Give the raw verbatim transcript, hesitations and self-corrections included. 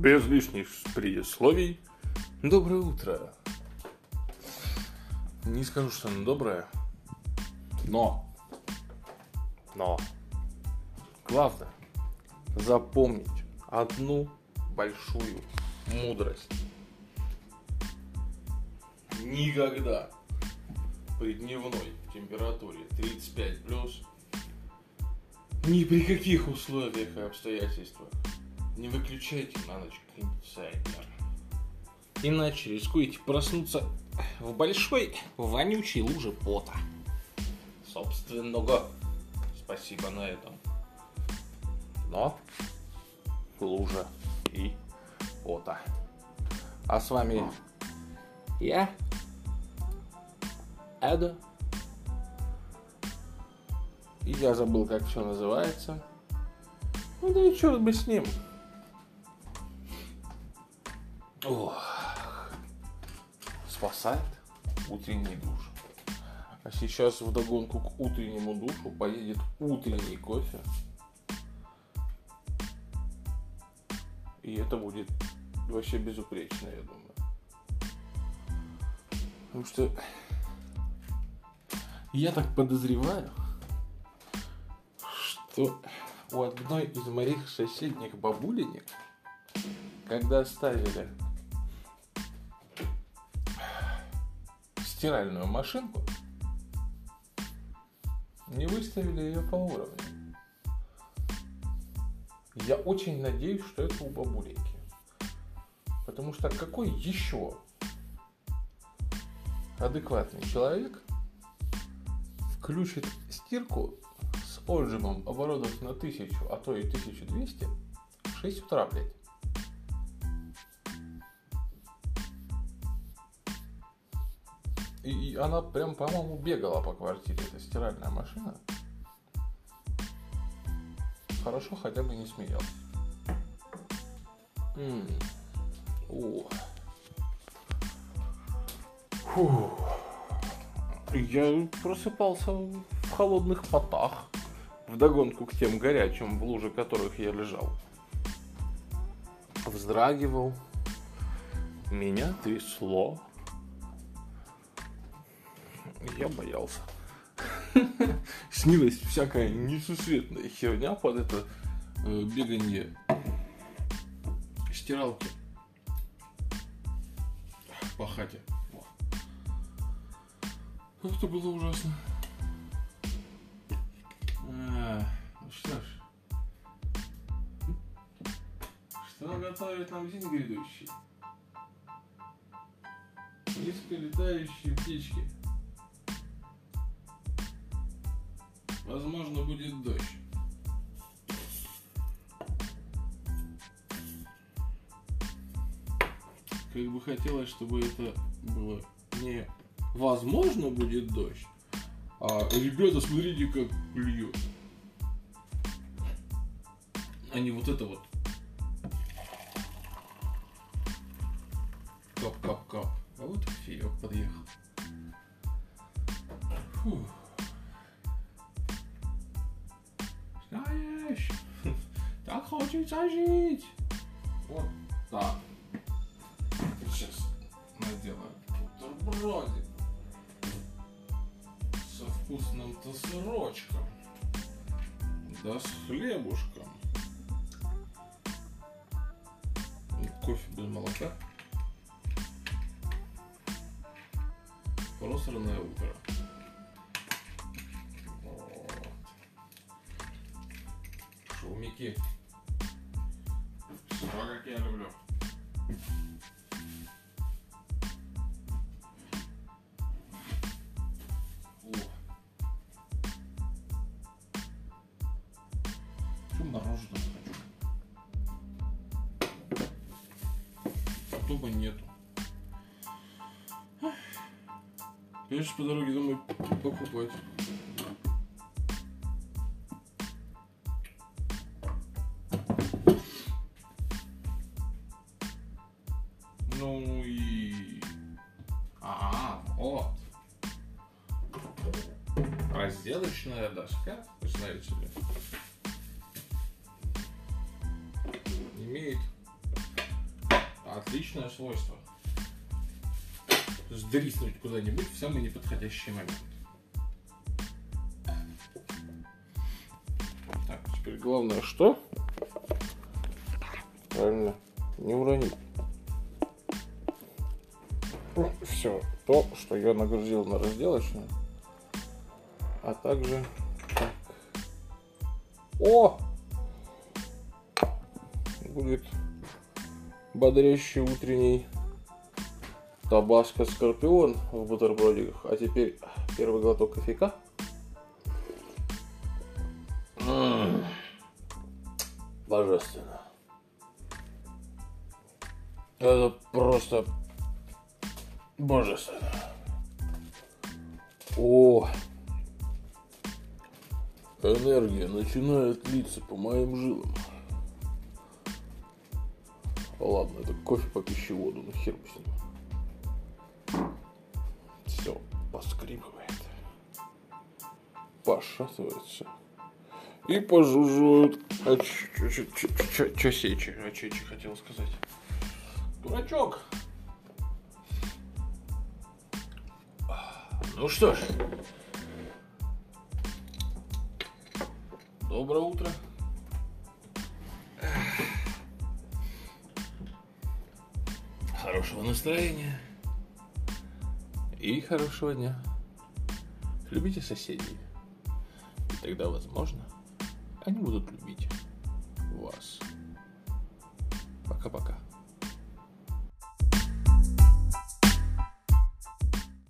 Без лишних предисловий. Доброе утро. Не скажу, что оно доброе, но, но, главное запомнить одну большую мудрость. Никогда при дневной температуре тридцать пять плюс, ни при каких условиях и обстоятельствах не выключайте на ночь кондиционер. Иначе рискуете проснуться в большой вонючей луже пота. Собственного спасибо на этом. Но лужа и пота. А с вами я, Эда. И я забыл, как все называется. Ну да и черт бы с ним. Ох. Спасает утренний душ. А сейчас вдогонку к утреннему душу поедет утренний кофе. И это будет вообще безупречно, я думаю. Потому что я так подозреваю, что у одной из моих соседних бабулинек, когда ставили стиральную машинку, не выставили ее по уровню. Я очень надеюсь, что это у бабуленьки. Потому что какой еще адекватный человек включит стирку с отжимом оборотов на тысячу, а то и тысячу двести в шесть утра, блядь? И она прям, по-моему, бегала по квартире, эта стиральная машина. Хорошо, хотя бы не смеялась. М-м. О. Фу. Я просыпался в холодных потах, вдогонку к тем горячим, в луже которых я лежал. Вздрагивал. Меня трясло. Я боялся. Снилась всякая несусветная херня под это э, беганье стиралки по хате. Это было ужасно. А, ну что ж, что готовит нам день грядущий? Низколетающие птички. Возможно, будет дождь. Как бы хотелось, чтобы это было не возможно будет дождь, а ребята, смотрите, как льет. А не вот это вот. Кап-кап-кап. А вот и феек подъехал. Фух. Знаешь, так хочется жить. Вот так. Сейчас наделаю бутербродик со вкусным-то сырочком, да с хлебушком. Кофе без молока. Просранное утро. Шумики. Все как я люблю. О. Что мороженое хочу? Тупо нету. Конечно, по дороге домой покупать. Ну и... А, вот. Разделочная доска, вы знаете ли, имеет отличное свойство. Сдриснуть куда-нибудь в самый неподходящий момент. Так, теперь главное что? Правильно, не уронить. Все то, что я нагрузил на разделочную. А также... Так. О! Будет бодрящий утренний табаско скорпион в бутербродиках. А теперь первый глоток кофейка. М-м-м. Божественно. Это просто божественно. О! Энергия начинает литься по моим жилам. Ладно, это кофе по пищеводу, ну хер бы с ним. Все, поскрипывает. Пошатывается. И пожужживает. А чё сечи? А чё хотел сказать? Дурачок. Ну что ж. Доброе утро. Хорошего настроения. И хорошего дня. Любите соседей. И тогда, возможно, они будут любить вас. Пока-пока.